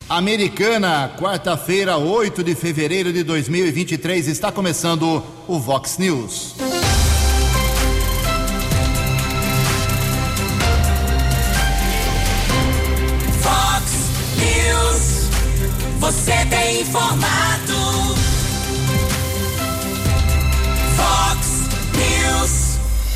Americana, quarta-feira, 8 de fevereiro de 2023, está começando o Vox News. Vox News, você bem informado. Vox News.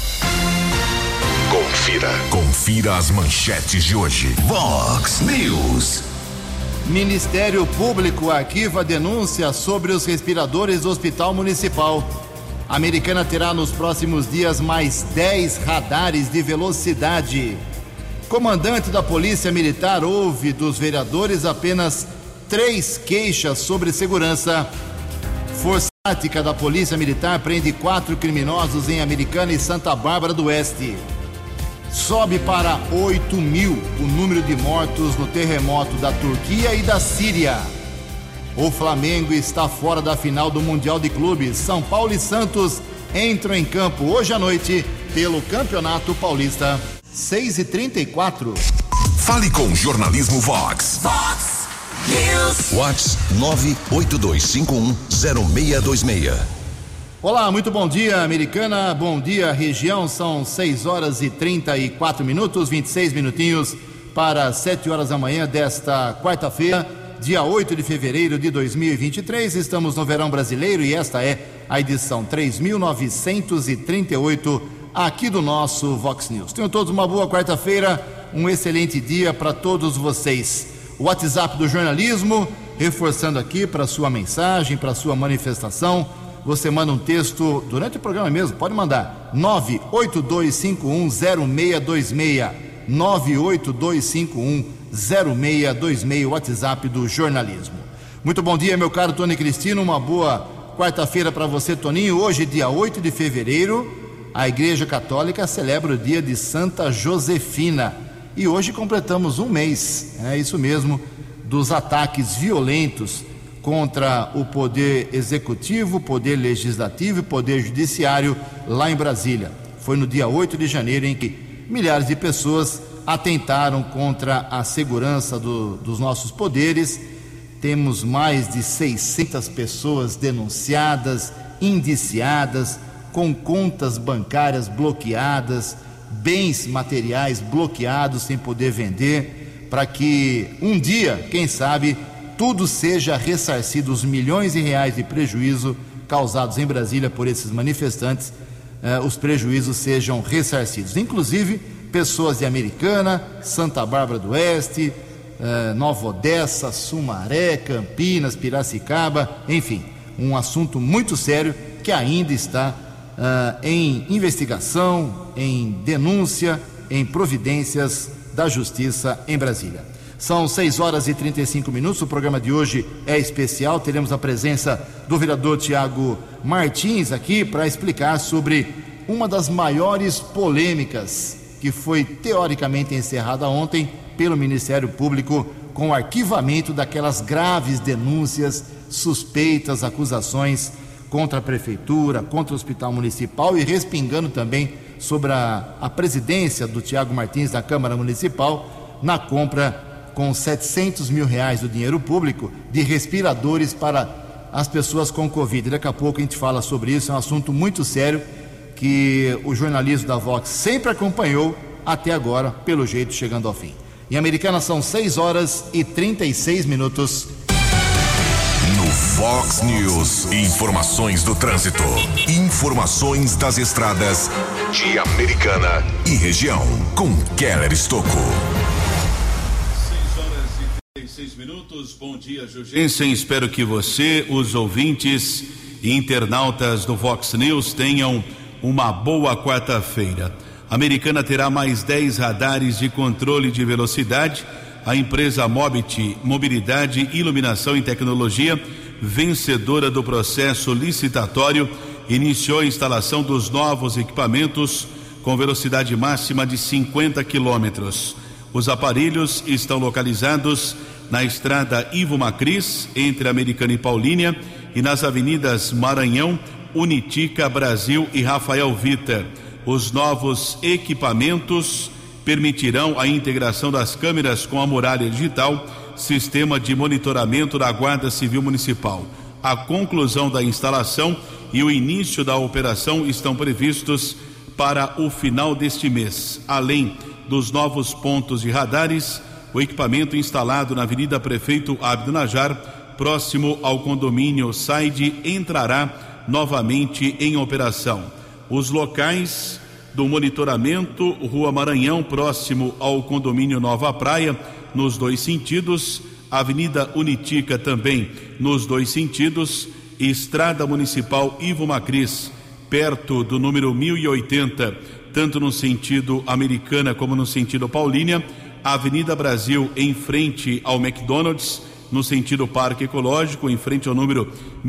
Confira as manchetes de hoje. Vox News. Ministério Público arquiva denúncia sobre os respiradores do Hospital Municipal. A Americana terá nos próximos dias mais 10 radares de velocidade. Comandante da Polícia Militar ouve dos vereadores apenas 3 queixas sobre segurança. Força Tática da Polícia Militar prende 4 criminosos em Americana e Santa Bárbara do Oeste. Sobe para 8.000 o número de mortos no terremoto da Turquia e da Síria. O Flamengo está fora da final do Mundial de Clubes. São Paulo e Santos entram em campo hoje à noite pelo Campeonato Paulista. 6h34. Fale com o Jornalismo Vox. Vox News. Vox 982510626. Olá, muito bom dia, Americana, bom dia, região, são 6h34, 26 minutinhos para 7 horas da manhã desta quarta-feira, dia 8 de fevereiro de 2023, estamos no verão brasileiro e esta é a edição 3.938 aqui do nosso Vox News. Tenham todos uma boa quarta-feira, um excelente dia para todos vocês. O WhatsApp do jornalismo, reforçando aqui para sua mensagem, para sua manifestação. Você manda um texto durante o programa mesmo, pode mandar 982510626 982510626, WhatsApp do jornalismo. Muito bom dia, meu caro Tony Cristino, uma boa quarta-feira para você, Toninho. Hoje, dia 8 de fevereiro, a Igreja Católica celebra o dia de Santa Josefina e hoje completamos um mês, é isso mesmo, dos ataques violentos contra o poder executivo, poder legislativo e poder judiciário lá em Brasília. Foi no dia 8 de janeiro em que milhares de pessoas atentaram contra a segurança dos nossos poderes. Temos mais de 600 pessoas denunciadas, indiciadas, com contas bancárias bloqueadas, bens materiais bloqueados sem poder vender, para que um dia, quem sabe, tudo seja ressarcido, os milhões de reais de prejuízo causados em Brasília por esses manifestantes, os prejuízos sejam ressarcidos. Inclusive, pessoas de Americana, Santa Bárbara do Oeste, Nova Odessa, Sumaré, Campinas, Piracicaba, enfim, um assunto muito sério que ainda está em investigação, em denúncia, em providências da Justiça em Brasília. São 6h35, o programa de hoje é especial, teremos a presença do vereador Tiago Martins aqui para explicar sobre uma das maiores polêmicas que foi teoricamente encerrada ontem pelo Ministério Público com o arquivamento daquelas graves denúncias, suspeitas, acusações contra a Prefeitura, contra o Hospital Municipal e respingando também sobre a presidência do Tiago Martins da Câmara Municipal na compra com R$700 mil do dinheiro público de respiradores para as pessoas com Covid. Daqui a pouco a gente fala sobre isso, é um assunto muito sério que o jornalismo da Vox sempre acompanhou até agora, pelo jeito chegando ao fim. Em Americana são 6h36. No Vox News, informações do trânsito, informações das estradas de Americana e região, com Keller Estocco. 6h36. Bom dia, Jugensen. Espero que você, os ouvintes e internautas do Vox News tenham uma boa quarta-feira. A Americana terá mais 10 radares de controle de velocidade. A empresa Mobit, Mobilidade, Iluminação e Tecnologia, vencedora do processo licitatório, iniciou a instalação dos novos equipamentos com velocidade máxima de 50 quilômetros. Os aparelhos estão localizados na estrada Ivo Macris, entre Americana e Paulínia, e nas avenidas Maranhão, Unitica, Brasil e Rafael Vita. Os novos equipamentos permitirão a integração das câmeras com a muralha digital, sistema de monitoramento da Guarda Civil Municipal. A conclusão da instalação e o início da operação estão previstos para o final deste mês. Além dos novos pontos de radares, o equipamento instalado na Avenida Prefeito Abdo Najar, próximo ao condomínio Saide, entrará novamente em operação. Os locais do monitoramento: Rua Maranhão, próximo ao condomínio Nova Praia, nos 2 sentidos, Avenida Unitica também nos 2 sentidos, Estrada Municipal Ivo Macris, perto do número 1080, tanto no sentido Americana como no sentido Paulínia, Avenida Brasil em frente ao McDonald's, no sentido Parque Ecológico, em frente ao número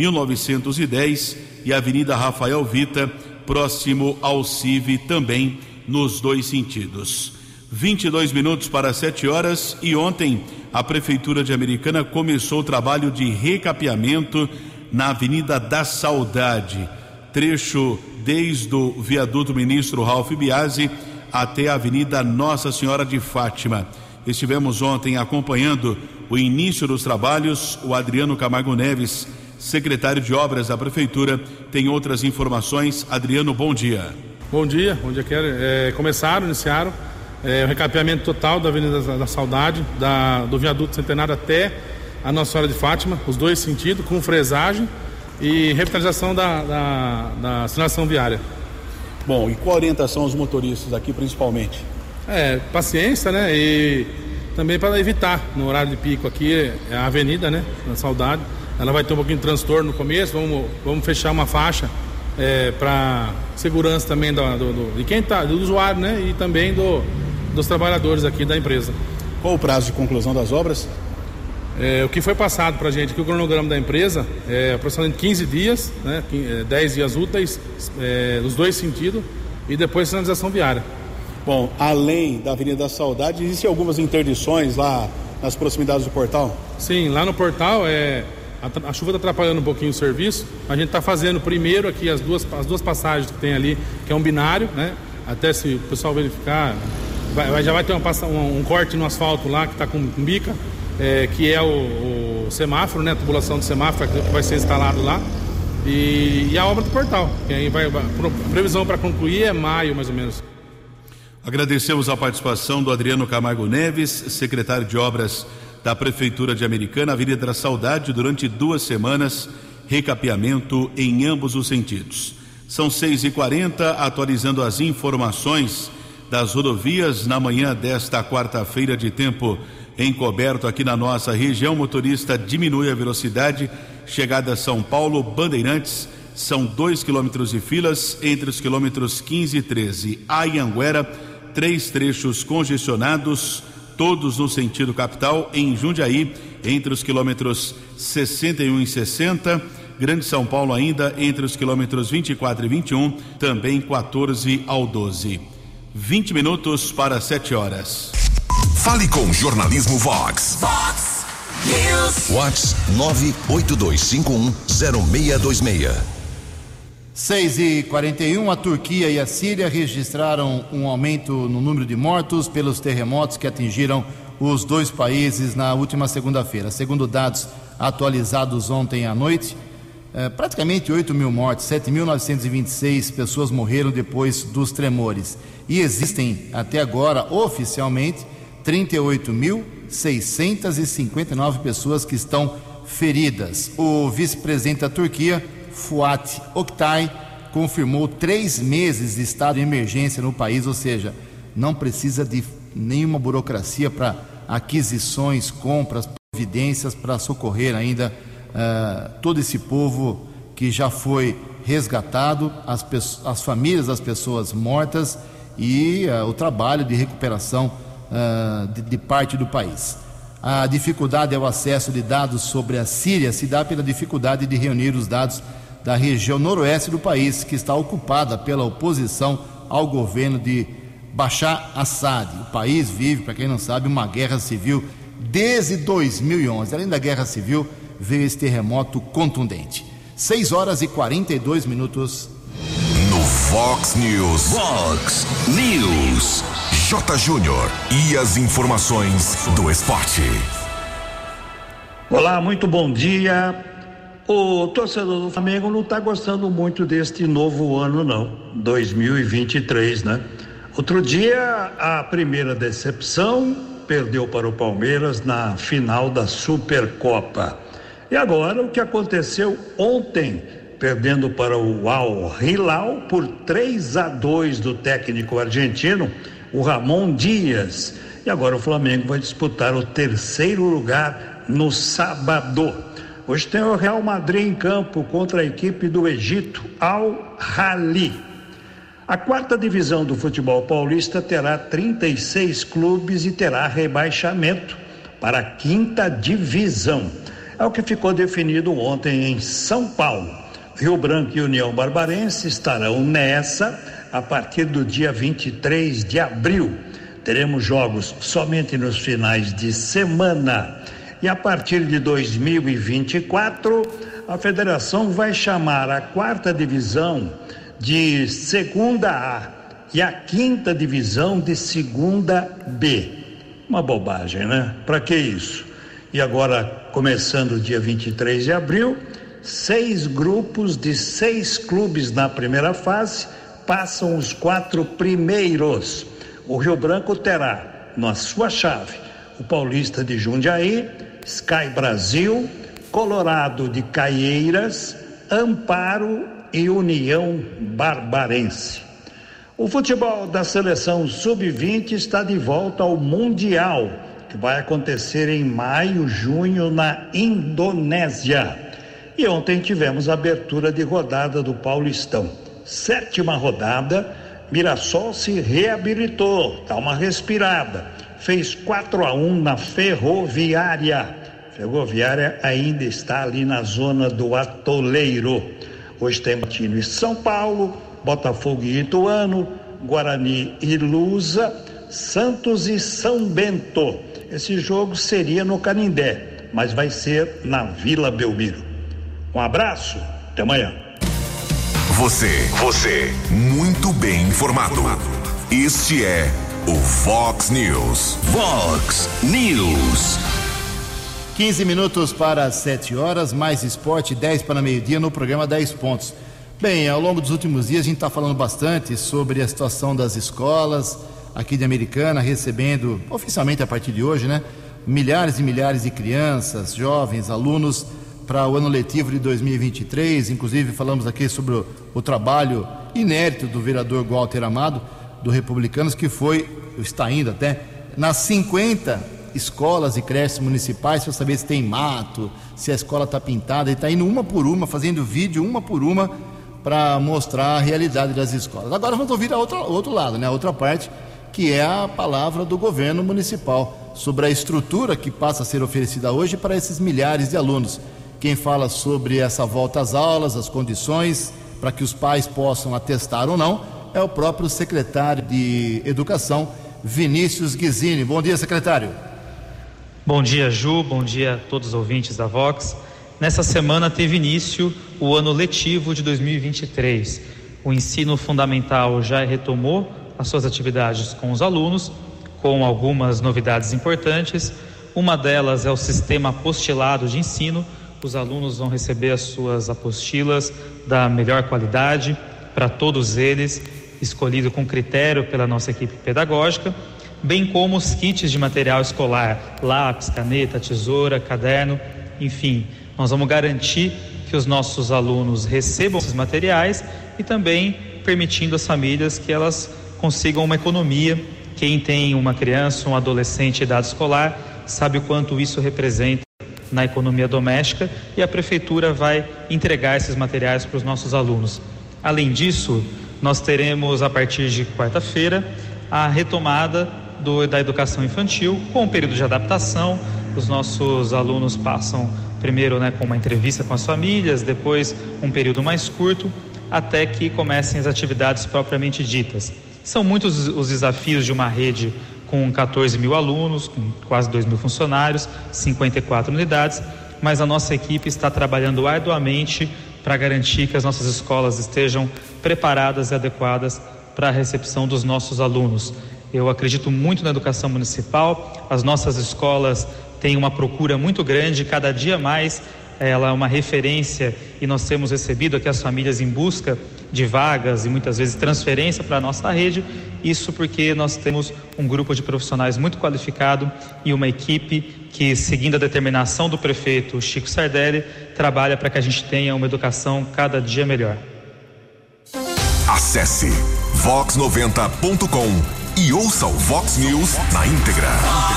1910, e Avenida Rafael Vita, próximo ao CIV, também nos 2 sentidos. 22 minutos para 7 horas, e ontem a Prefeitura de Americana começou o trabalho de recapeamento na Avenida da Saudade, trecho desde o viaduto Ministro Ralph Biasi até a Avenida Nossa Senhora de Fátima. Estivemos ontem acompanhando o início dos trabalhos. O Adriano Camargo Neves, secretário de Obras da Prefeitura, tem outras informações. Adriano, bom dia. Bom dia, iniciaram o recapeamento total da Avenida da Saudade, do viaduto Centenário até a Nossa Senhora de Fátima, os 2 sentidos, com fresagem e revitalização da sinalização viária. Bom, e qual a orientação aos motoristas aqui, principalmente? Paciência, né? E também para evitar, no horário de pico aqui, a avenida, né? Na Saudade, ela vai ter um pouquinho de transtorno no começo. Vamos fechar uma faixa para segurança também de quem tá, do usuário, né? E também dos trabalhadores aqui da empresa. Qual o prazo de conclusão das obras? O que foi passado para a gente aqui, o cronograma da empresa, é aproximadamente 15 dias, né? 10 dias úteis, nos 2 sentidos, e depois sinalização viária. Bom, além da Avenida da Saudade, existem algumas interdições lá nas proximidades do portal? Sim, lá no portal a chuva está atrapalhando um pouquinho o serviço. A gente está fazendo primeiro aqui as duas passagens que tem ali, que é um binário, né? Até se o pessoal verificar, já vai ter um corte no asfalto lá que está com bica, que é o semáforo, né? A tubulação do semáforo que vai ser instalado lá. E a obra do portal, que aí a previsão para concluir é maio, mais ou menos. Agradecemos a participação do Adriano Camargo Neves, secretário de Obras da Prefeitura de Americana. Avenida da Saudade, durante 2 semanas, recapeamento em ambos os sentidos. São 6h40, atualizando as informações das rodovias na manhã desta quarta-feira, de tempo encoberto aqui na nossa região. Motorista diminui a velocidade, chegada a São Paulo, Bandeirantes, são 2 quilômetros de filas entre os quilômetros 15 e 13. Anhanguera, 3 trechos congestionados, todos no sentido capital. Em Jundiaí, entre os quilômetros 61 e 60. Grande São Paulo ainda, entre os quilômetros 24 e 21, também 14 ao 12. 20 minutos para 7 horas. Fale com Jornalismo Vox. Vox News. Vox 982510626. 6h41, a Turquia e a Síria registraram um aumento no número de mortos pelos terremotos que atingiram os 2 países na última segunda-feira. Segundo dados atualizados ontem à noite, praticamente 8 mil mortes, 7.926 pessoas morreram depois dos tremores. E existem, até agora, oficialmente, 38.659 pessoas que estão feridas. O vice-presidente da Turquia, Fuat Oktay, confirmou 3 meses de estado de emergência no país, ou seja, não precisa de nenhuma burocracia para aquisições, compras, providências para socorrer ainda todo esse povo que já foi resgatado, as famílias das pessoas mortas e o trabalho de recuperação de parte do país. A dificuldade ao acesso de dados sobre a Síria se dá pela dificuldade de reunir os dados da região noroeste do país, que está ocupada pela oposição ao governo de Bashar Assad. O país vive, para quem não sabe, uma guerra civil desde 2011. Além da guerra civil, veio esse terremoto contundente. 6h42. No Vox News. Vox News. J. Júnior e as informações do esporte. Olá, muito bom dia. O torcedor do Flamengo não está gostando muito deste novo ano, não, 2023, né? Outro dia, a primeira decepção perdeu para o Palmeiras na final da Supercopa. E agora, o que aconteceu ontem, perdendo para o Al Hilal por 3-2 do técnico argentino, o Ramon Dias. E agora o Flamengo vai disputar o terceiro lugar no sábado. Hoje tem o Real Madrid em campo contra a equipe do Egito, Al Ahly. A quarta divisão do futebol paulista terá 36 clubes e terá rebaixamento para a quinta divisão. É o que ficou definido ontem em São Paulo. Rio Branco e União Barbarense estarão nessa a partir do dia 23 de abril. Teremos jogos somente nos finais de semana. E a partir de 2024, a federação vai chamar a quarta divisão de segunda A e a quinta divisão de segunda B. Uma bobagem, né? Para que isso? E agora, começando o dia 23 de abril, 6 grupos de 6 clubes na primeira fase passam os 4 primeiros. O Rio Branco terá, na sua chave, o Paulista de Jundiaí, Sky Brasil, Colorado de Caieiras, Amparo e União Barbarense. O futebol da seleção sub-20 está de volta ao Mundial, que vai acontecer em maio, junho, na Indonésia. E ontem tivemos a abertura de rodada do Paulistão. 7ª rodada, Mirassol se reabilitou, dá uma respirada. Fez 4-1 na Ferroviária. Ferroviária ainda está ali na zona do Atoleiro. Hoje tem Bragantino e São Paulo, Botafogo e Ituano, Guarani e Lusa, Santos e São Bento. Esse jogo seria no Canindé, mas vai ser na Vila Belmiro. Um abraço, até amanhã. Você, muito bem informado. Este é o Vox News. Vox News. 15 minutos para as 7 horas, mais esporte, 10 para meio-dia no programa 10 pontos. Bem, ao longo dos últimos dias a gente está falando bastante sobre a situação das escolas aqui de Americana, recebendo, oficialmente a partir de hoje, né, milhares e milhares de crianças, jovens, alunos para o ano letivo de 2023. Inclusive falamos aqui sobre o trabalho inédito do vereador Walter Amado, do Republicanos, que está indo até nas 50 escolas e creches municipais para saber se tem mato, se a escola está pintada. Ele está indo uma por uma, fazendo vídeo uma por uma para mostrar a realidade das escolas. Agora vamos ouvir outro lado, né? A outra parte, que é a palavra do governo municipal sobre a estrutura que passa a ser oferecida hoje para esses milhares de alunos. Quem fala sobre essa volta às aulas, as condições para que os pais possam atestar ou não, é o próprio secretário de Educação, Vinícius Guizini. Bom dia, secretário. Bom dia, Ju. Bom dia a todos os ouvintes da Vox. Nessa semana teve início o ano letivo de 2023. O ensino fundamental já retomou as suas atividades com os alunos, com algumas novidades importantes. Uma delas é o sistema apostilado de ensino. Os alunos vão receber as suas apostilas da melhor qualidade para todos eles, escolhido com critério pela nossa equipe pedagógica, bem como os kits de material escolar, lápis, caneta, tesoura, caderno, enfim. Nós vamos garantir que os nossos alunos recebam esses materiais e também permitindo às famílias que elas consigam uma economia. Quem tem uma criança, um adolescente em idade escolar, sabe o quanto isso representa na economia doméstica, e a prefeitura vai entregar esses materiais para os nossos alunos. Além disso, nós teremos a partir de quarta-feira a retomada da educação infantil com um período de adaptação. Os nossos alunos passam primeiro, com uma entrevista com as famílias, depois um período mais curto, até que comecem as atividades propriamente ditas. São muitos os desafios de uma rede com 14 mil alunos, com quase 2 mil funcionários, 54 unidades, mas a nossa equipe está trabalhando arduamente para garantir que as nossas escolas estejam preparadas e adequadas para a recepção dos nossos alunos. Eu acredito muito na educação municipal. As nossas escolas tem uma procura muito grande, cada dia mais ela é uma referência, e nós temos recebido aqui as famílias em busca de vagas e muitas vezes transferência para a nossa rede. Isso porque nós temos um grupo de profissionais muito qualificado e uma equipe que, seguindo a determinação do prefeito Chico Sardelli, trabalha para que a gente tenha uma educação cada dia melhor. Acesse vox90.com e ouça o Vox News na íntegra.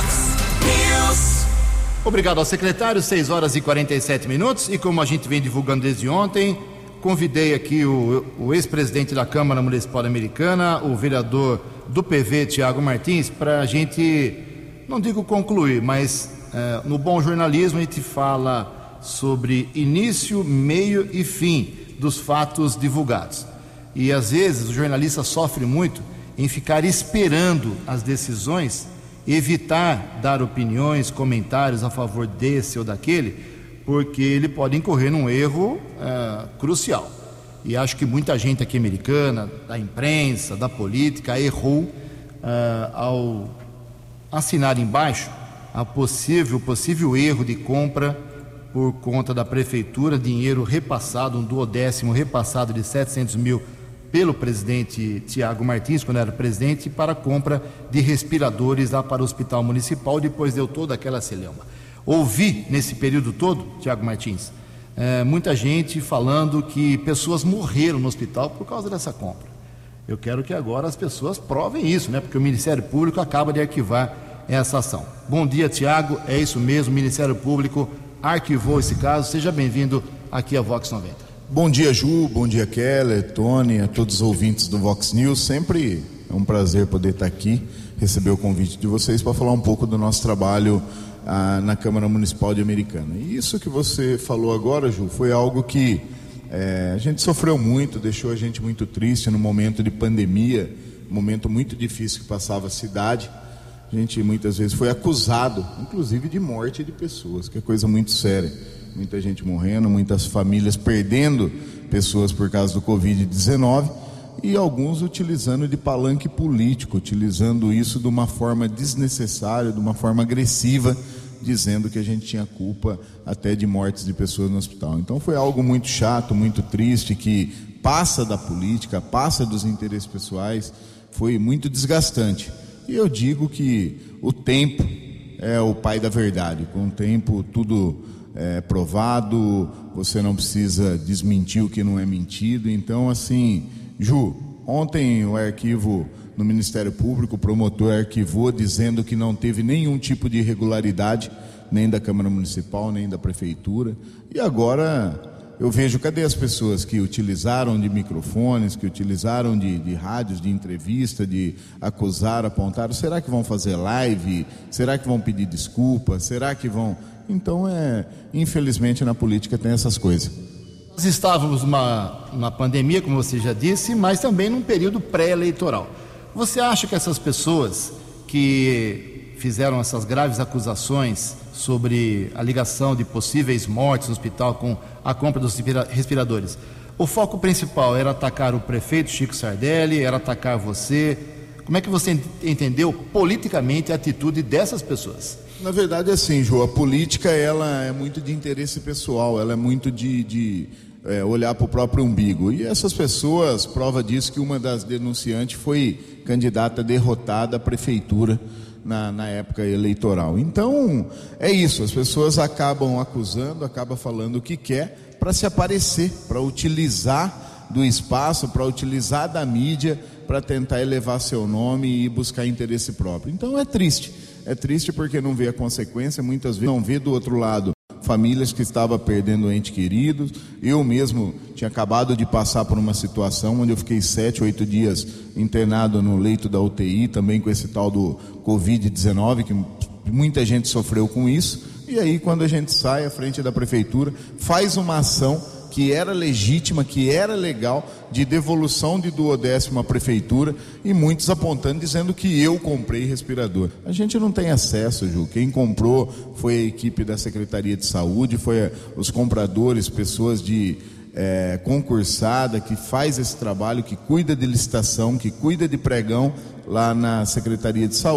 Obrigado ao secretário, 6h47. E como a gente vem divulgando desde ontem, convidei aqui o ex-presidente da Câmara Municipal Americana, o vereador do PV, Tiago Martins, para a gente, não digo concluir, mas no bom jornalismo a gente fala sobre início, meio e fim dos fatos divulgados. E às vezes o jornalista sofre muito em ficar esperando as decisões, evitar dar opiniões, comentários a favor desse ou daquele, porque ele pode incorrer num erro crucial. E acho que muita gente aqui americana, da imprensa, da política, errou ao assinar embaixo a possível erro de compra por conta da prefeitura, dinheiro repassado, um 1/10 repassado de 700 mil pelo presidente Tiago Martins, quando era presidente, para a compra de respiradores lá para o Hospital Municipal. Depois deu toda aquela celeuma. Ouvi nesse período todo, Tiago Martins, muita gente falando que pessoas morreram no hospital por causa dessa compra. Eu quero que agora as pessoas provem isso, né? Porque o Ministério Público acaba de arquivar essa ação. Bom dia, Tiago, é isso mesmo, o Ministério Público arquivou esse caso. Seja bem-vindo aqui a Vox 90. Bom dia, Ju, bom dia, Keller, Tony, a todos os ouvintes do Vox News. Sempre é um prazer poder estar aqui, receber o convite de vocês para falar um pouco do nosso trabalho na Câmara Municipal de Americana. E isso que você falou agora, Ju, foi algo que a gente sofreu muito, deixou a gente muito triste no momento de pandemia, um momento muito difícil que passava a cidade. A gente muitas vezes foi acusado, inclusive de morte de pessoas, que é coisa muito séria. Muita gente morrendo, muitas famílias perdendo pessoas por causa do Covid-19 e alguns utilizando de palanque político, utilizando isso de uma forma desnecessária, de uma forma agressiva, dizendo que a gente tinha culpa até de mortes de pessoas no hospital. Então foi algo muito chato, muito triste, que passa da política, passa dos interesses pessoais, foi muito desgastante. E eu digo que o tempo é o pai da verdade. Com o tempo tudo é provado, você não precisa desmentir o que não é mentido. Então, assim, Ju, ontem o arquivo no Ministério Público, o promotor arquivou dizendo que não teve nenhum tipo de irregularidade, nem da Câmara Municipal, nem da Prefeitura. E agora eu vejo, cadê as pessoas que utilizaram de microfones, que utilizaram de rádios, de entrevista, de acusar, apontar? Será que vão fazer live? Será que vão pedir desculpa? Será que vão... Então, infelizmente, na política tem essas coisas. Nós estávamos numa pandemia, como você já disse, mas também num período pré-eleitoral. Você acha que essas pessoas que fizeram essas graves acusações sobre a ligação de possíveis mortes no hospital com a compra dos respiradores, o foco principal era atacar o prefeito Chico Sardelli, era atacar você? Como é que você entendeu politicamente a atitude dessas pessoas? Na verdade, assim, João, a política ela é muito de interesse pessoal, ela é muito de olhar para o próprio umbigo. E essas pessoas, prova disso que uma das denunciantes foi candidata derrotada à prefeitura na época eleitoral. Então, é isso, as pessoas acabam acusando, acabam falando o que quer para se aparecer, para utilizar do espaço, para utilizar da mídia, para tentar elevar seu nome e buscar interesse próprio. Então é triste porque não vê a consequência, muitas vezes não vê do outro lado famílias que estavam perdendo entes queridos. Eu mesmo tinha acabado de passar por uma situação onde eu fiquei 7, 8 dias internado no leito da UTI, também com esse tal do Covid-19, que muita gente sofreu com isso. E aí, quando a gente sai à frente da prefeitura, faz uma ação que era legítima, que era legal, de devolução de 1/10 à prefeitura, e muitos apontando, dizendo que eu comprei respirador. A gente não tem acesso, Ju. Quem comprou foi a equipe da Secretaria de Saúde, foi os compradores, pessoas de concursada, que faz esse trabalho, que cuida de licitação, que cuida de pregão lá na Secretaria de Saúde.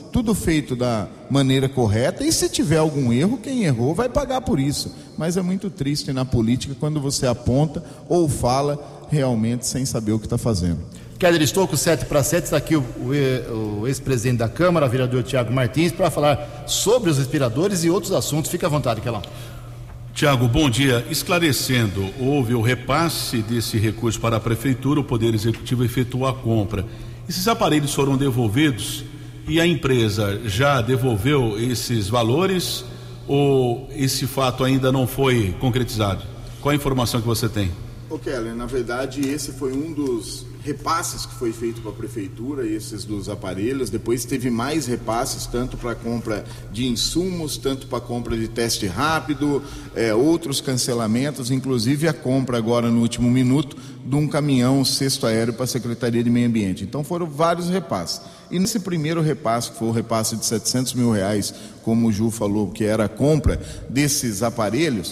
tudo feito da maneira correta, e se tiver algum erro, quem errou vai pagar por isso. Mas é muito triste na política quando você aponta ou fala realmente sem saber o que está fazendo. Keller Estocco, 7/7, está aqui o ex-presidente da Câmara, o vereador Tiago Martins, para falar sobre os respiradores e outros assuntos. Fique à vontade, Kelão. Tiago, bom dia. Esclarecendo, houve o repasse desse recurso para a Prefeitura, o Poder Executivo efetuou a compra. Esses aparelhos foram devolvidos e a empresa já devolveu esses valores ou esse fato ainda não foi concretizado? Qual a informação que você tem? Keller, na verdade esse foi um dos repasses que foi feito para a Prefeitura, esses dos aparelhos. Depois teve mais repasses, tanto para compra de insumos, tanto para compra de teste rápido, outros cancelamentos, inclusive a compra agora no último minuto de um caminhão cesto aéreo para a Secretaria de Meio Ambiente. Então foram vários repasses. E nesse primeiro repasse, que foi o repasse de R$700 mil, como o Ju falou, que era a compra desses aparelhos,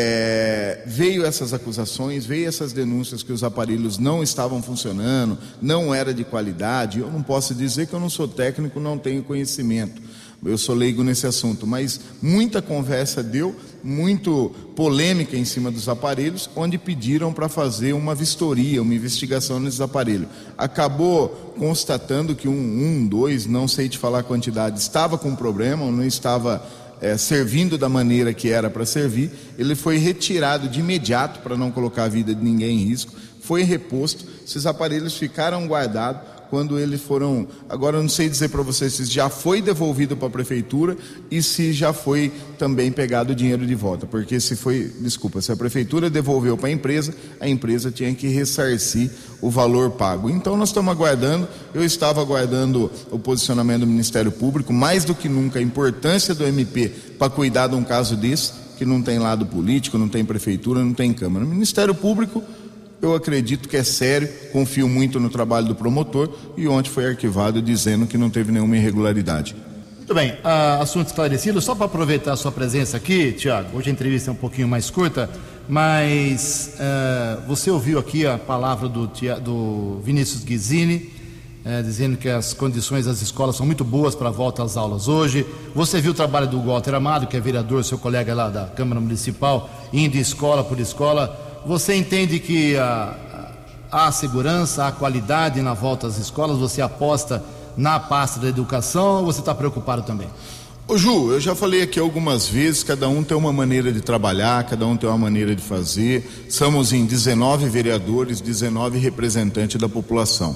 veio essas acusações, veio essas denúncias que os aparelhos não estavam funcionando, não era de qualidade. Eu não posso dizer que eu não sou técnico, não tenho conhecimento, eu sou leigo nesse assunto, mas muita conversa deu, muito polêmica em cima dos aparelhos, onde pediram para fazer uma vistoria, uma investigação nesses aparelhos. Acabou constatando que dois, não sei te falar a quantidade, estava com problema, ou não estava servindo da maneira que era para servir. Ele foi retirado de imediato para não colocar a vida de ninguém em risco, foi reposto. Esses aparelhos ficaram guardados. Quando eles foram, agora eu não sei dizer para vocês se já foi devolvido para a Prefeitura e se já foi também pegado o dinheiro de volta, porque se a Prefeitura devolveu para a empresa tinha que ressarcir o valor pago. Então nós estamos aguardando, eu estava aguardando o posicionamento do Ministério Público, mais do que nunca a importância do MP para cuidar de um caso desse, que não tem lado político, não tem Prefeitura, não tem Câmara. O Ministério Público, eu acredito que é sério, confio muito no trabalho do promotor, e ontem foi arquivado dizendo que não teve nenhuma irregularidade. Muito bem, assunto esclarecido. Só para aproveitar a sua presença aqui, Tiago, hoje a entrevista é um pouquinho mais curta, mas você ouviu aqui a palavra do Vinícius Guizini, dizendo que as condições das escolas são muito boas para a volta às aulas hoje. Você viu o trabalho do Walter Amado, que é vereador, seu colega lá da Câmara Municipal, indo escola por escola. Você entende que há segurança, há qualidade na volta às escolas? Você aposta na pasta da educação ou você está preocupado também? Ô Ju, eu já falei aqui algumas vezes, cada um tem uma maneira de trabalhar, cada um tem uma maneira de fazer. Somos em 19 vereadores, 19 representantes da população.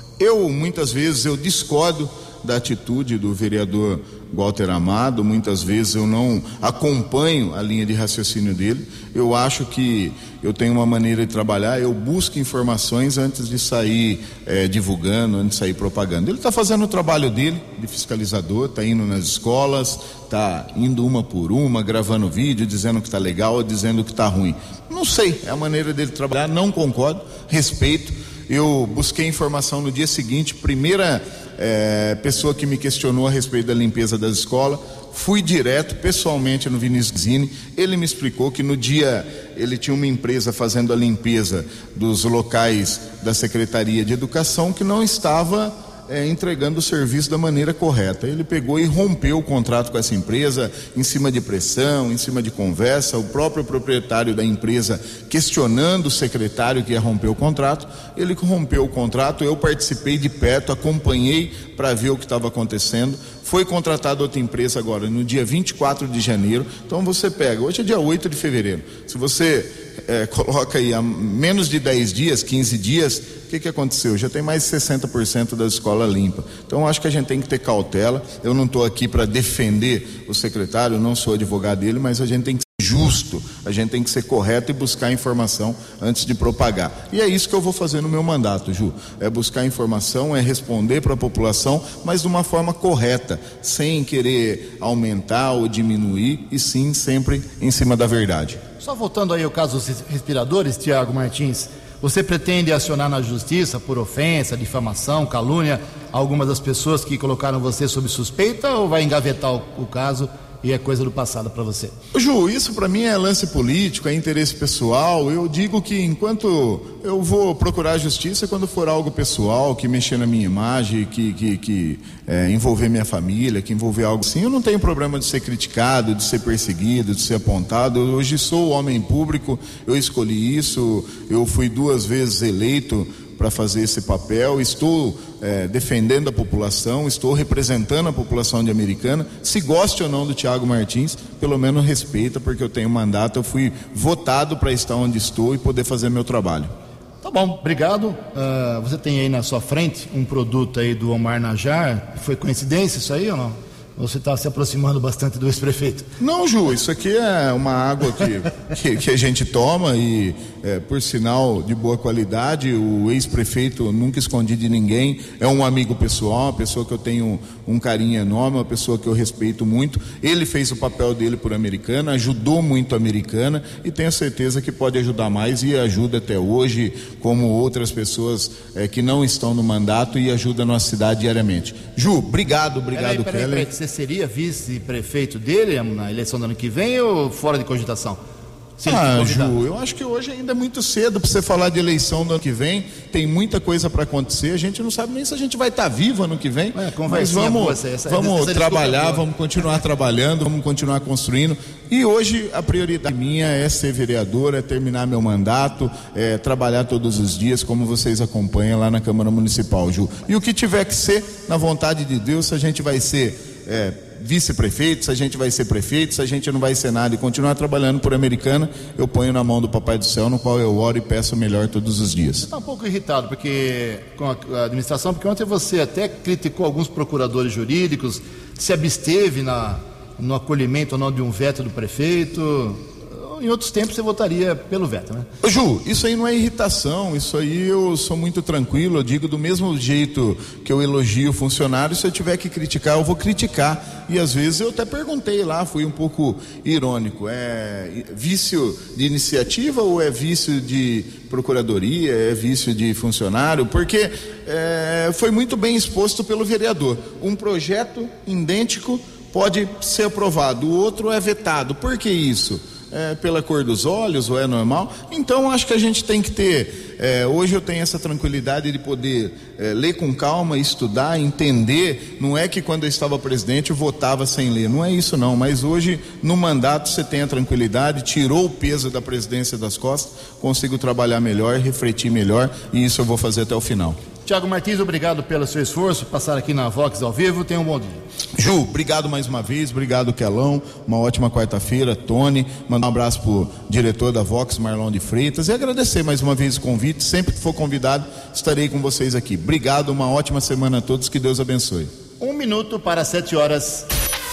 Muitas vezes eu discordo da atitude do vereador Walter Amado, muitas vezes eu não acompanho a linha de raciocínio dele. Eu acho que eu tenho uma maneira de trabalhar, eu busco informações antes de sair divulgando, antes de sair propagando. Ele está fazendo o trabalho dele de fiscalizador, está indo nas escolas, está indo uma por uma, gravando vídeo, dizendo que está legal ou dizendo que está ruim. Não sei, é a maneira dele trabalhar, não concordo, respeito. Eu busquei informação no dia seguinte, primeira pessoa que me questionou a respeito da limpeza das escolas, fui direto, pessoalmente, no Vinícius Guizini. Ele me explicou que no dia ele tinha uma empresa fazendo a limpeza dos locais da Secretaria de Educação que não estava entregando o serviço da maneira correta. Ele pegou e rompeu o contrato com essa empresa, em cima de pressão, em cima de conversa, o próprio proprietário da empresa questionando o secretário que ia romper o contrato. Ele rompeu o contrato, eu participei de perto, acompanhei para ver o que estava acontecendo. Foi contratada outra empresa agora, no dia 24 de janeiro. Então você pega, hoje é dia 8 de fevereiro, se você coloca aí há menos de 10 dias, 15 dias, o que aconteceu? Já tem mais de 60% da escola limpa. Então acho que a gente tem que ter cautela. Eu não estou aqui para defender o secretário, eu não sou advogado dele, mas a gente tem que ser justo, a gente tem que ser correto e buscar informação antes de propagar. E é isso que eu vou fazer no meu mandato, Ju. É buscar informação, é responder para a população, mas de uma forma correta, sem querer aumentar ou diminuir, e sim sempre em cima da verdade. Só voltando aí ao caso dos respiradores, Tiago Martins, você pretende acionar na justiça por ofensa, difamação, calúnia algumas das pessoas que colocaram você sob suspeita, ou vai engavetar o caso e é coisa do passado para você. Ju, isso para mim é lance político, é interesse pessoal. Eu digo que enquanto eu vou procurar justiça quando for algo pessoal, que mexer na minha imagem, que envolver minha família, que envolver algo assim, eu não tenho problema de ser criticado, de ser perseguido, de ser apontado. Eu hoje sou homem público, eu escolhi isso, eu fui 2 vezes eleito para fazer esse papel, estou defendendo a população, estou representando a população de Americana. Se goste ou não do Thiago Martins, pelo menos respeita, porque eu tenho mandato, eu fui votado para estar onde estou e poder fazer meu trabalho. Tá bom, obrigado. Você tem aí na sua frente um produto aí do Omar Najar. Foi coincidência isso aí ou não? Você está se aproximando bastante do ex-prefeito? Não, Ju, isso aqui é uma água que a gente toma e, por sinal, de boa qualidade. O ex-prefeito nunca escondi de ninguém, é um amigo pessoal, uma pessoa que eu tenho um carinho enorme, uma pessoa que eu respeito muito. Ele fez o papel dele por Americana, ajudou muito a Americana e tenho certeza que pode ajudar mais e ajuda até hoje, como outras pessoas que não estão no mandato e ajudam a nossa cidade diariamente. Ju, obrigado, Keller. Você seria vice-prefeito dele na eleição do ano que vem ou fora de cogitação? Ju, eu acho que hoje ainda é muito cedo para você falar de eleição do ano que vem. Tem muita coisa para acontecer. A gente não sabe nem se a gente vai estar vivo ano que vem. Mas vamos trabalhar, vamos continuar trabalhando, vamos continuar construindo. E hoje a prioridade minha é ser vereador, é terminar meu mandato, é trabalhar todos os dias, como vocês acompanham lá na Câmara Municipal, Ju. E o que tiver que ser, na vontade de Deus, se a gente vai ser vice-prefeito, se a gente vai ser prefeito, se a gente não vai ser nada e continuar trabalhando por Americana, eu ponho na mão do Papai do Céu, no qual eu oro e peço o melhor todos os dias. Você está um pouco irritado com a administração, porque ontem você até criticou alguns procuradores jurídicos, se absteve no acolhimento ou não de um veto do prefeito. Em outros tempos você votaria pelo veto, né? Ô Ju, isso aí não é irritação, isso aí eu sou muito tranquilo, eu digo do mesmo jeito que eu elogio o funcionário, se eu tiver que criticar, eu vou criticar. E às vezes eu até perguntei lá, fui um pouco irônico, é vício de iniciativa ou é vício de procuradoria, é vício de funcionário? Porque foi muito bem exposto pelo vereador. Um projeto idêntico pode ser aprovado, o outro é vetado. Por que isso? Pela cor dos olhos ou é normal? Então acho que a gente tem que ter, hoje eu tenho essa tranquilidade de poder ler com calma, estudar, entender. Não é que quando eu estava presidente eu votava sem ler, não é isso não, mas hoje no mandato você tem a tranquilidade, tirou o peso da presidência das costas, consigo trabalhar melhor, refletir melhor, e isso eu vou fazer até o final. Thiago Martins, obrigado pelo seu esforço, passar aqui na Vox ao vivo, tenha um bom dia. Ju, obrigado mais uma vez, obrigado Kelão, uma ótima quarta-feira, Tony, mandar um abraço pro diretor da Vox, Marlon de Freitas, e agradecer mais uma vez o convite, sempre que for convidado, estarei com vocês aqui. Obrigado, uma ótima semana a todos, que Deus abençoe. 1 minuto para 7 horas.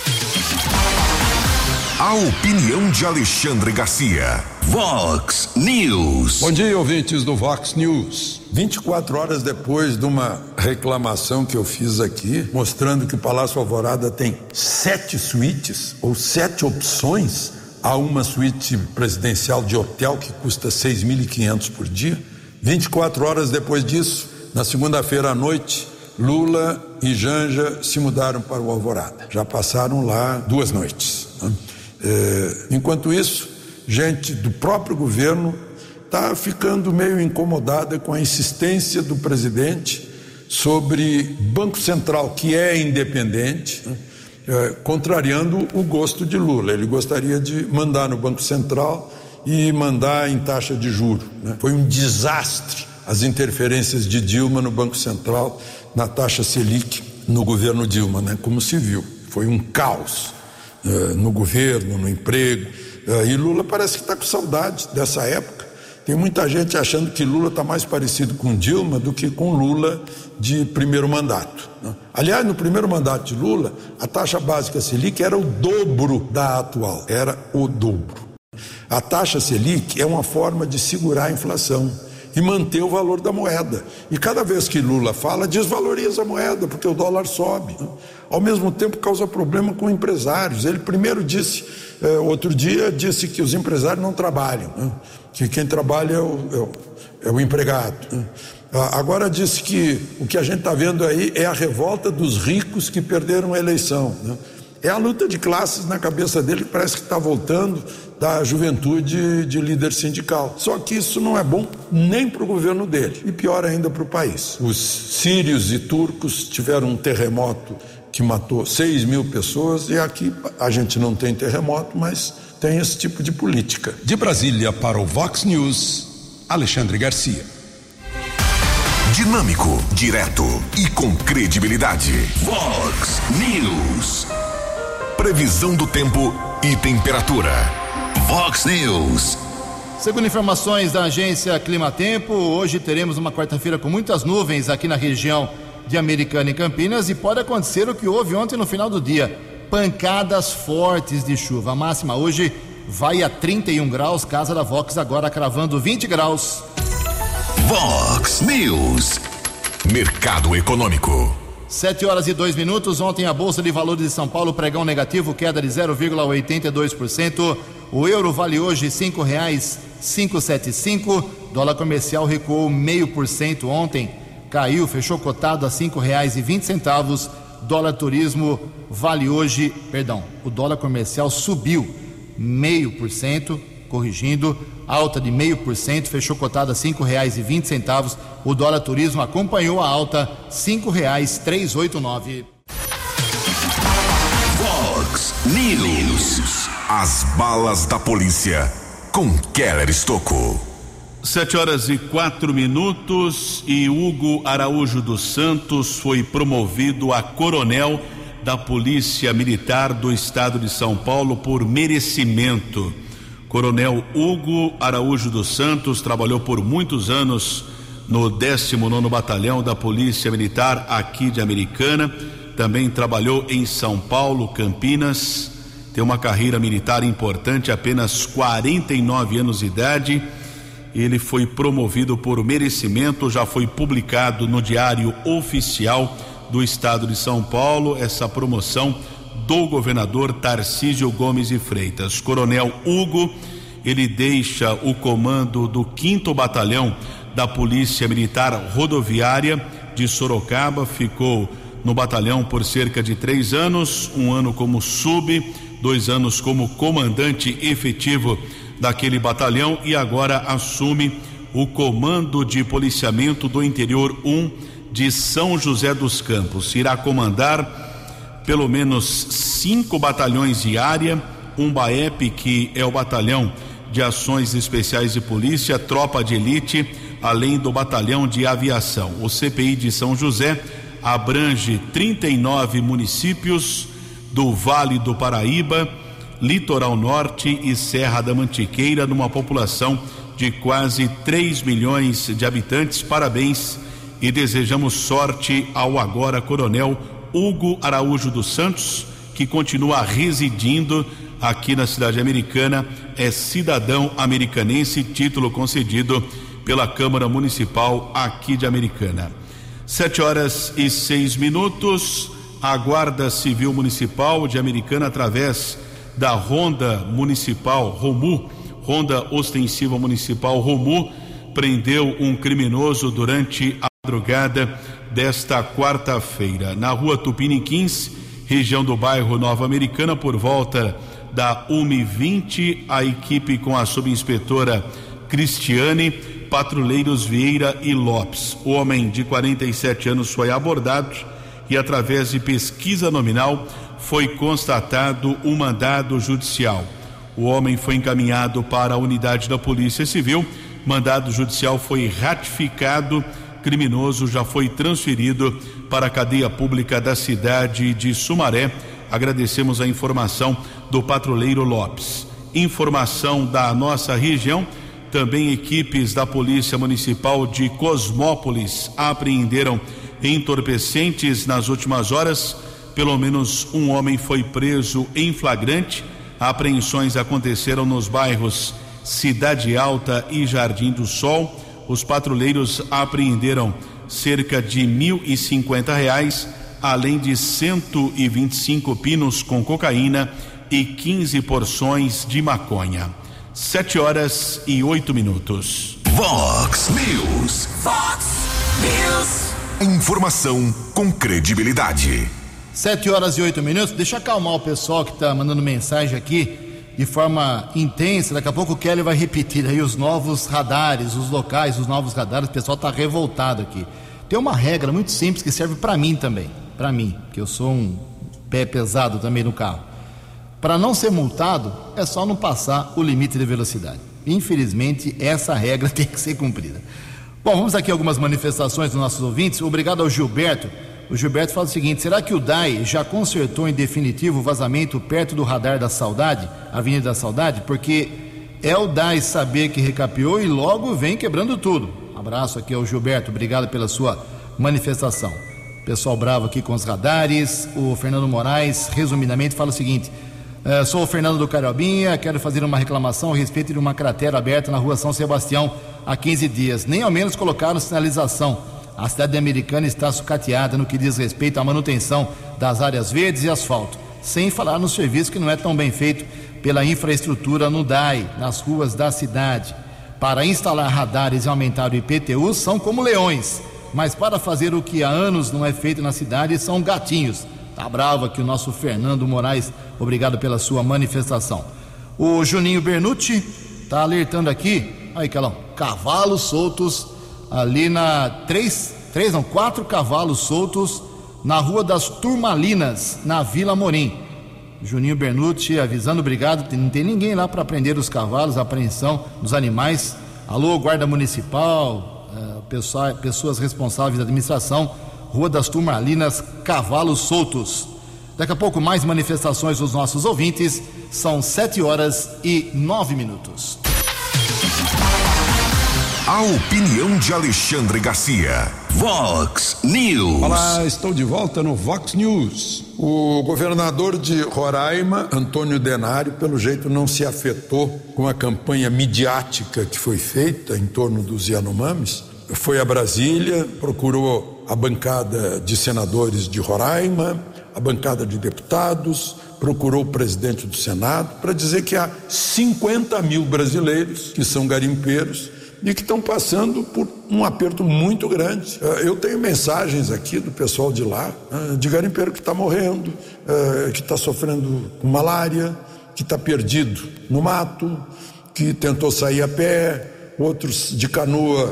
A opinião de Alexandre Garcia. Vox News. Bom dia, ouvintes do Vox News. 24 horas depois de uma reclamação que eu fiz aqui, mostrando que o Palácio Alvorada tem 7 suítes, ou 7 opções, há uma suíte presidencial de hotel que custa 6.500 por dia. 24 horas depois disso, na segunda-feira à noite, Lula e Janja se mudaram para o Alvorada. Já passaram lá 2 noites, né? Enquanto isso, gente do próprio governo está ficando meio incomodada com a insistência do presidente sobre Banco Central, que é independente, né? Contrariando o gosto de Lula. Ele gostaria de mandar no Banco Central e mandar em taxa de juro, né? Foi um desastre as interferências de Dilma no Banco Central, na taxa Selic, no governo Dilma, né? Como se viu, foi um caos no governo, no emprego, e Lula parece que está com saudade dessa época. Tem muita gente achando que Lula está mais parecido com Dilma do que com Lula de primeiro mandato, né? Aliás, no primeiro mandato de Lula, a taxa básica Selic era o dobro da atual, era o dobro. A taxa Selic é uma forma de segurar a inflação e manter o valor da moeda. E cada vez que Lula fala, desvaloriza a moeda, porque o dólar sobe, né? Ao mesmo tempo causa problema com empresários. Ele primeiro disse, outro dia, disse que os empresários não trabalham, né? Que quem trabalha é o empregado, né? Agora disse que o que a gente está vendo aí é a revolta dos ricos que perderam a eleição, né? É a luta de classes na cabeça dele que parece que está voltando da juventude de líder sindical. Só que isso não é bom nem para o governo dele e pior ainda para o país. Os sírios e turcos tiveram um terremoto que matou 6 mil pessoas e aqui a gente não tem terremoto, mas tem esse tipo de política. De Brasília para o Vox News, Alexandre Garcia. Dinâmico, direto e com credibilidade. Vox News. Previsão do tempo e temperatura. Vox News. Segundo informações da agência Climatempo, hoje teremos uma quarta-feira com muitas nuvens aqui na região de Americana e Campinas e pode acontecer o que houve ontem no final do dia, pancadas fortes de chuva. A máxima hoje vai a 31 graus, casa da Vox agora cravando 20 graus. Vox News. Mercado Econômico. 7h02. Ontem a Bolsa de Valores de São Paulo, pregão negativo, queda de 0,82%. O euro vale hoje R$5,575. Dólar comercial recuou 0,5% ontem. Caiu, fechou cotado a R$5,20. Dólar turismo vale hoje, o dólar comercial subiu 0,5%, corrigindo, alta de 0,5%, fechou cotado a R$5,20. O dólar turismo acompanhou a alta, R$5,389. Vox News. As balas da polícia com Keller Estocco. 7h04 e Hugo Araújo dos Santos foi promovido a coronel da Polícia Militar do Estado de São Paulo por merecimento. Coronel Hugo Araújo dos Santos trabalhou por muitos anos no 19º Batalhão da Polícia Militar aqui de Americana, também trabalhou em São Paulo, Campinas, tem uma carreira militar importante, apenas 49 anos de idade. Ele foi promovido por merecimento, já foi publicado no Diário Oficial do Estado de São Paulo, essa promoção do governador Tarcísio Gomes de Freitas. Coronel Hugo, ele deixa o comando do 5º Batalhão da Polícia Militar Rodoviária de Sorocaba, ficou no batalhão por cerca de 3 anos, 1 ano como sub, 2 anos como comandante efetivo daquele batalhão e agora assume o Comando de Policiamento do Interior 1 de São José dos Campos. Irá comandar pelo menos 5 batalhões de área, um BAEP, que é o Batalhão de Ações Especiais de Polícia, Tropa de Elite, além do Batalhão de Aviação. O CPI de São José abrange 39 municípios do Vale do Paraíba, Litoral Norte e Serra da Mantiqueira, numa população de quase 3 milhões de habitantes. Parabéns e desejamos sorte ao agora Coronel Hugo Araújo dos Santos, que continua residindo aqui na cidade americana, é cidadão americanense, título concedido pela Câmara Municipal aqui de Americana. 7h06. A Guarda Civil Municipal de Americana, através da Ronda Municipal Romu, Ronda Ostensiva Municipal Romu, prendeu um criminoso durante a madrugada desta quarta-feira na Rua Tupiniquins, região do bairro Nova Americana, por volta da 1h20. A equipe com a subinspetora Cristiane, patrulheiros Vieira e Lopes. O homem de 47 anos foi abordado e, através de pesquisa nominal, foi constatado um mandado judicial. O homem foi encaminhado para a unidade da Polícia Civil, mandado judicial foi ratificado, criminoso já foi transferido para a cadeia pública da cidade de Sumaré. Agradecemos a informação do patrulheiro Lopes. Informação da nossa região, também equipes da Polícia Municipal de Cosmópolis apreenderam entorpecentes nas últimas horas. Pelo menos um homem foi preso em flagrante. Apreensões aconteceram nos bairros Cidade Alta e Jardim do Sol. Os patrulheiros apreenderam cerca de R$1.050, além de 125 pinos com cocaína e 15 porções de maconha. 7h08. Vox News. Vox News. Informação com credibilidade. 7h08. Deixa eu acalmar o pessoal que está mandando mensagem aqui de forma intensa. Daqui a pouco o Kelly vai repetir aí os novos radares, os locais, os novos radares. O pessoal está revoltado aqui. Tem uma regra muito simples que serve para mim também. Para mim, que eu sou um pé pesado também no carro. Para não ser multado, é só não passar o limite de velocidade. Infelizmente, essa regra tem que ser cumprida. Bom, vamos aqui a algumas manifestações dos nossos ouvintes. Obrigado ao Gilberto. O Gilberto fala o seguinte: será que o DAI já consertou em definitivo o vazamento perto do radar da Saudade, Avenida da Saudade? Porque é o DAI saber que recapeou e logo vem quebrando tudo. Abraço aqui ao Gilberto, obrigado pela sua manifestação. Pessoal bravo aqui com os radares. O Fernando Moraes, resumidamente, fala o seguinte: sou o Fernando do Cariobinha, quero fazer uma reclamação a respeito de uma cratera aberta na rua São Sebastião há 15 dias. Nem ao menos colocaram sinalização. A cidade americana está sucateada no que diz respeito à manutenção das áreas verdes e asfalto, sem falar no serviço que não é tão bem feito pela infraestrutura no DAI, nas ruas da cidade. Para instalar radares e aumentar o IPTU são como leões, mas para fazer o que há anos não é feito na cidade são gatinhos. Tá bravo aqui o nosso Fernando Moraes, obrigado pela sua manifestação. O Juninho Bernucci tá alertando aqui, aí Calão, cavalos soltos ali na 4 cavalos soltos na Rua das Turmalinas, na Vila Morim. Juninho Bernucci avisando, obrigado, não tem ninguém lá para prender os cavalos, a apreensão dos animais. Alô, Guarda Municipal, pessoas responsáveis da administração, Rua das Turmalinas, cavalos soltos. Daqui a pouco mais manifestações dos nossos ouvintes, são 7h09. A opinião de Alexandre Garcia. Vox News. Olá, estou de volta no Vox News. O governador de Roraima, Antônio Denário, pelo jeito não se afetou com a campanha midiática que foi feita em torno dos Yanomamis. Foi a Brasília, procurou a bancada de senadores de Roraima, a bancada de deputados, procurou o presidente do Senado para dizer que há 50 mil brasileiros que são garimpeiros e que estão passando por um aperto muito grande. Eu tenho mensagens aqui do pessoal de lá, de garimpeiro que está morrendo, que está sofrendo com malária, que está perdido no mato, que tentou sair a pé, outros de canoa,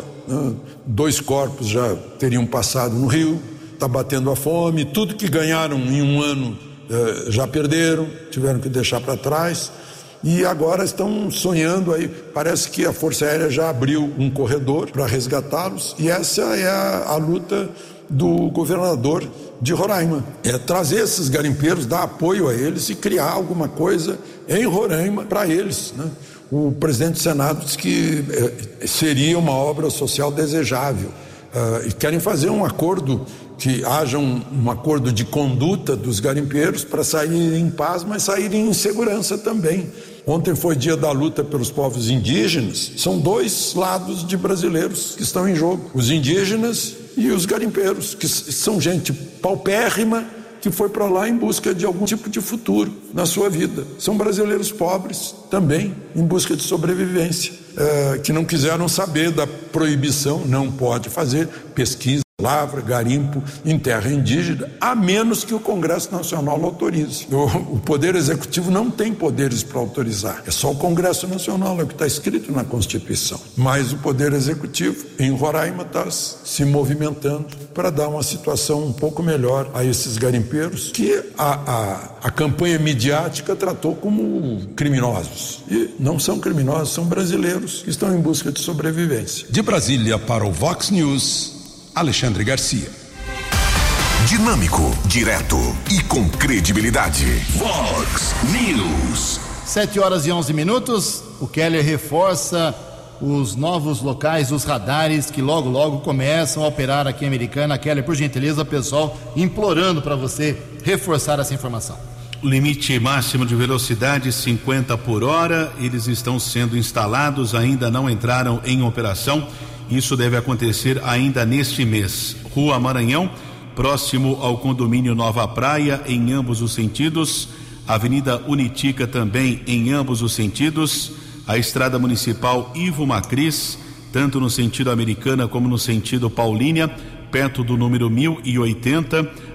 2 corpos já teriam passado no rio, está batendo a fome, tudo que ganharam em um ano já perderam, tiveram que deixar para trás. E agora estão sonhando aí, parece que a Força Aérea já abriu um corredor para resgatá-los, e essa é a luta do governador de Roraima, é trazer esses garimpeiros, dar apoio a eles e criar alguma coisa em Roraima para eles, né? O presidente do Senado disse que seria uma obra social desejável, e querem fazer um acordo, que haja um acordo de conduta dos garimpeiros para saírem em paz, mas saírem em segurança também. Ontem foi dia da luta pelos povos indígenas. São 2 lados de brasileiros que estão em jogo: os indígenas e os garimpeiros, que são gente paupérrima que foi para lá em busca de algum tipo de futuro na sua vida. São brasileiros pobres também, em busca de sobrevivência, que não quiseram saber da proibição, não pode fazer pesquisa, lavra, garimpo em terra indígena, a menos que o Congresso Nacional autorize. O Poder Executivo não tem poderes para autorizar, é só o Congresso Nacional, é o que está escrito na Constituição. Mas o Poder Executivo em Roraima está se movimentando para dar uma situação um pouco melhor a esses garimpeiros que a campanha midiática tratou como criminosos. E não são criminosos, são brasileiros que estão em busca de sobrevivência. De Brasília para o Vox News, Alexandre Garcia. Dinâmico, direto e com credibilidade. Vox News. 7h11. O Keller reforça os novos locais, os radares que logo, logo começam a operar aqui em Americana. Keller, por gentileza, pessoal, implorando para você reforçar essa informação. Limite máximo de velocidade 50 por hora. Eles estão sendo instalados, ainda não entraram em operação. Isso deve acontecer ainda neste mês. Rua Maranhão, próximo ao condomínio Nova Praia, em ambos os sentidos. Avenida Unitica também em ambos os sentidos. A Estrada Municipal Ivo Macris, tanto no sentido Americana como no sentido Paulínia, perto do número 1080.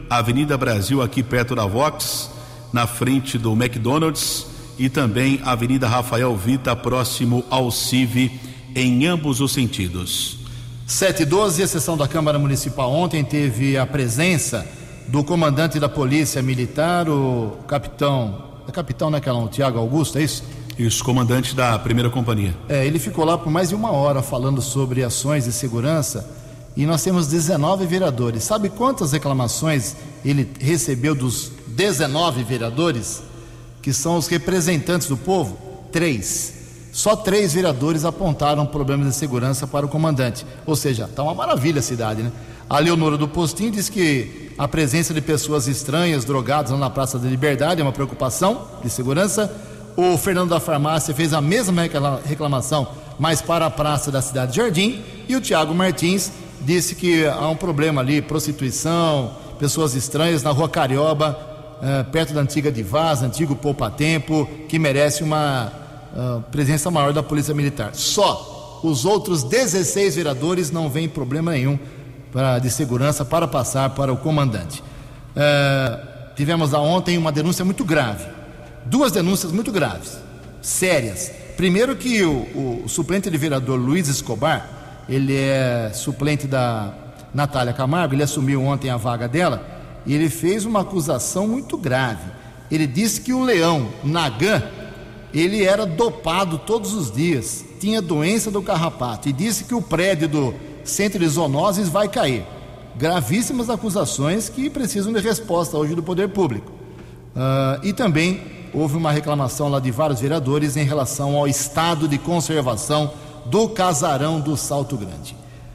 Avenida Brasil, aqui perto da Vox, na frente do McDonald's, e também Avenida Rafael Vita, próximo ao CIV, em ambos os sentidos. 7h12, a sessão da Câmara Municipal ontem teve a presença do comandante da Polícia Militar, o capitão, né, o Tiago Augusto, é isso? Isso, comandante da primeira companhia. Ele ficou lá por mais de 1 hora falando sobre ações de segurança, e nós temos 19 vereadores. Sabe quantas reclamações ele recebeu dos 19 vereadores, que são os representantes do povo? 3. Só 3 vereadores apontaram problemas de segurança para o comandante. Ou seja, está uma maravilha a cidade, né? A Leonora do Postinho diz que a presença de pessoas estranhas, drogadas lá na Praça da Liberdade é uma preocupação de segurança. O Fernando da Farmácia fez a mesma reclamação, mas para a Praça da Cidade Jardim. E o Tiago Martins disse que há um problema ali, prostituição, pessoas estranhas na Rua Carioba, perto da antiga Divasa, antigo Poupa Tempo, que merece uma presença maior da Polícia Militar. Só os outros 16 vereadores não veem problema nenhum de segurança para passar para o comandante. Tivemos lá ontem uma denúncia muito grave, 2 denúncias muito graves, sérias. Primeiro que o suplente de vereador Luiz Escobar, ele é suplente da Natália Camargo, ele assumiu ontem a vaga dela, e ele fez uma acusação muito grave. Ele disse que o leão Nagã, ele era dopado todos os dias, tinha doença do carrapato, e disse que o prédio do Centro de Zoonoses vai cair. Gravíssimas acusações que precisam de resposta hoje do poder público. E também houve uma reclamação lá de vários vereadores em relação ao estado de conservação do casarão do Salto Grande.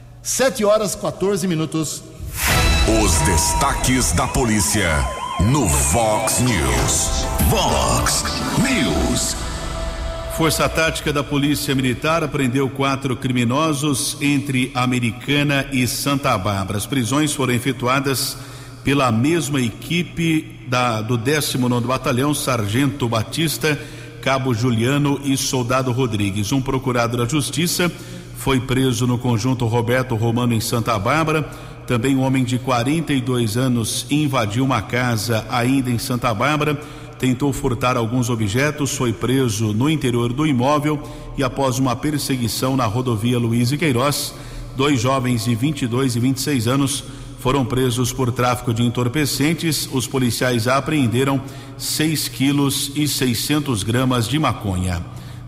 7h14. Os destaques da polícia no Vox News. Vox News. Força Tática da Polícia Militar prendeu 4 criminosos entre Americana e Santa Bárbara. As prisões foram efetuadas pela mesma equipe do 19º Batalhão, Sargento Batista, Cabo Juliano e Soldado Rodrigues. Um procurado da Justiça foi preso no conjunto Roberto Romano, em Santa Bárbara. Também um homem de 42 anos invadiu uma casa ainda em Santa Bárbara, tentou furtar alguns objetos, foi preso no interior do imóvel e após uma perseguição na rodovia Luiz e Queiroz, 2 jovens de 22 e 26 anos foram presos por tráfico de entorpecentes. Os policiais apreenderam 6 quilos e 600 gramas de maconha.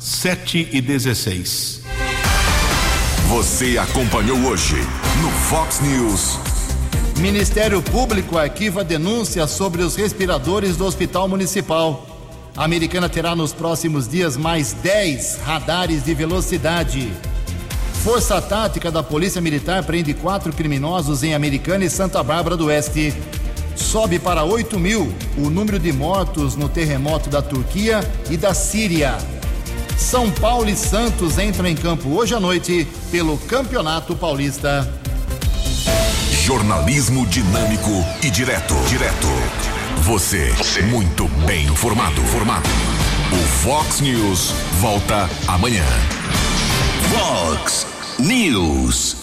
7h16. Você acompanhou hoje no Fox News. Ministério Público arquiva denúncia sobre os respiradores do Hospital Municipal. A Americana terá nos próximos dias mais 10 radares de velocidade. Força Tática da Polícia Militar prende 4 criminosos em Americana e Santa Bárbara do Oeste. Sobe para 8.000 o número de mortos no terremoto da Turquia e da Síria. São Paulo e Santos entram em campo hoje à noite pelo Campeonato Paulista. Jornalismo dinâmico e direto. Você muito bem informado. O Fox News volta amanhã. Fox News.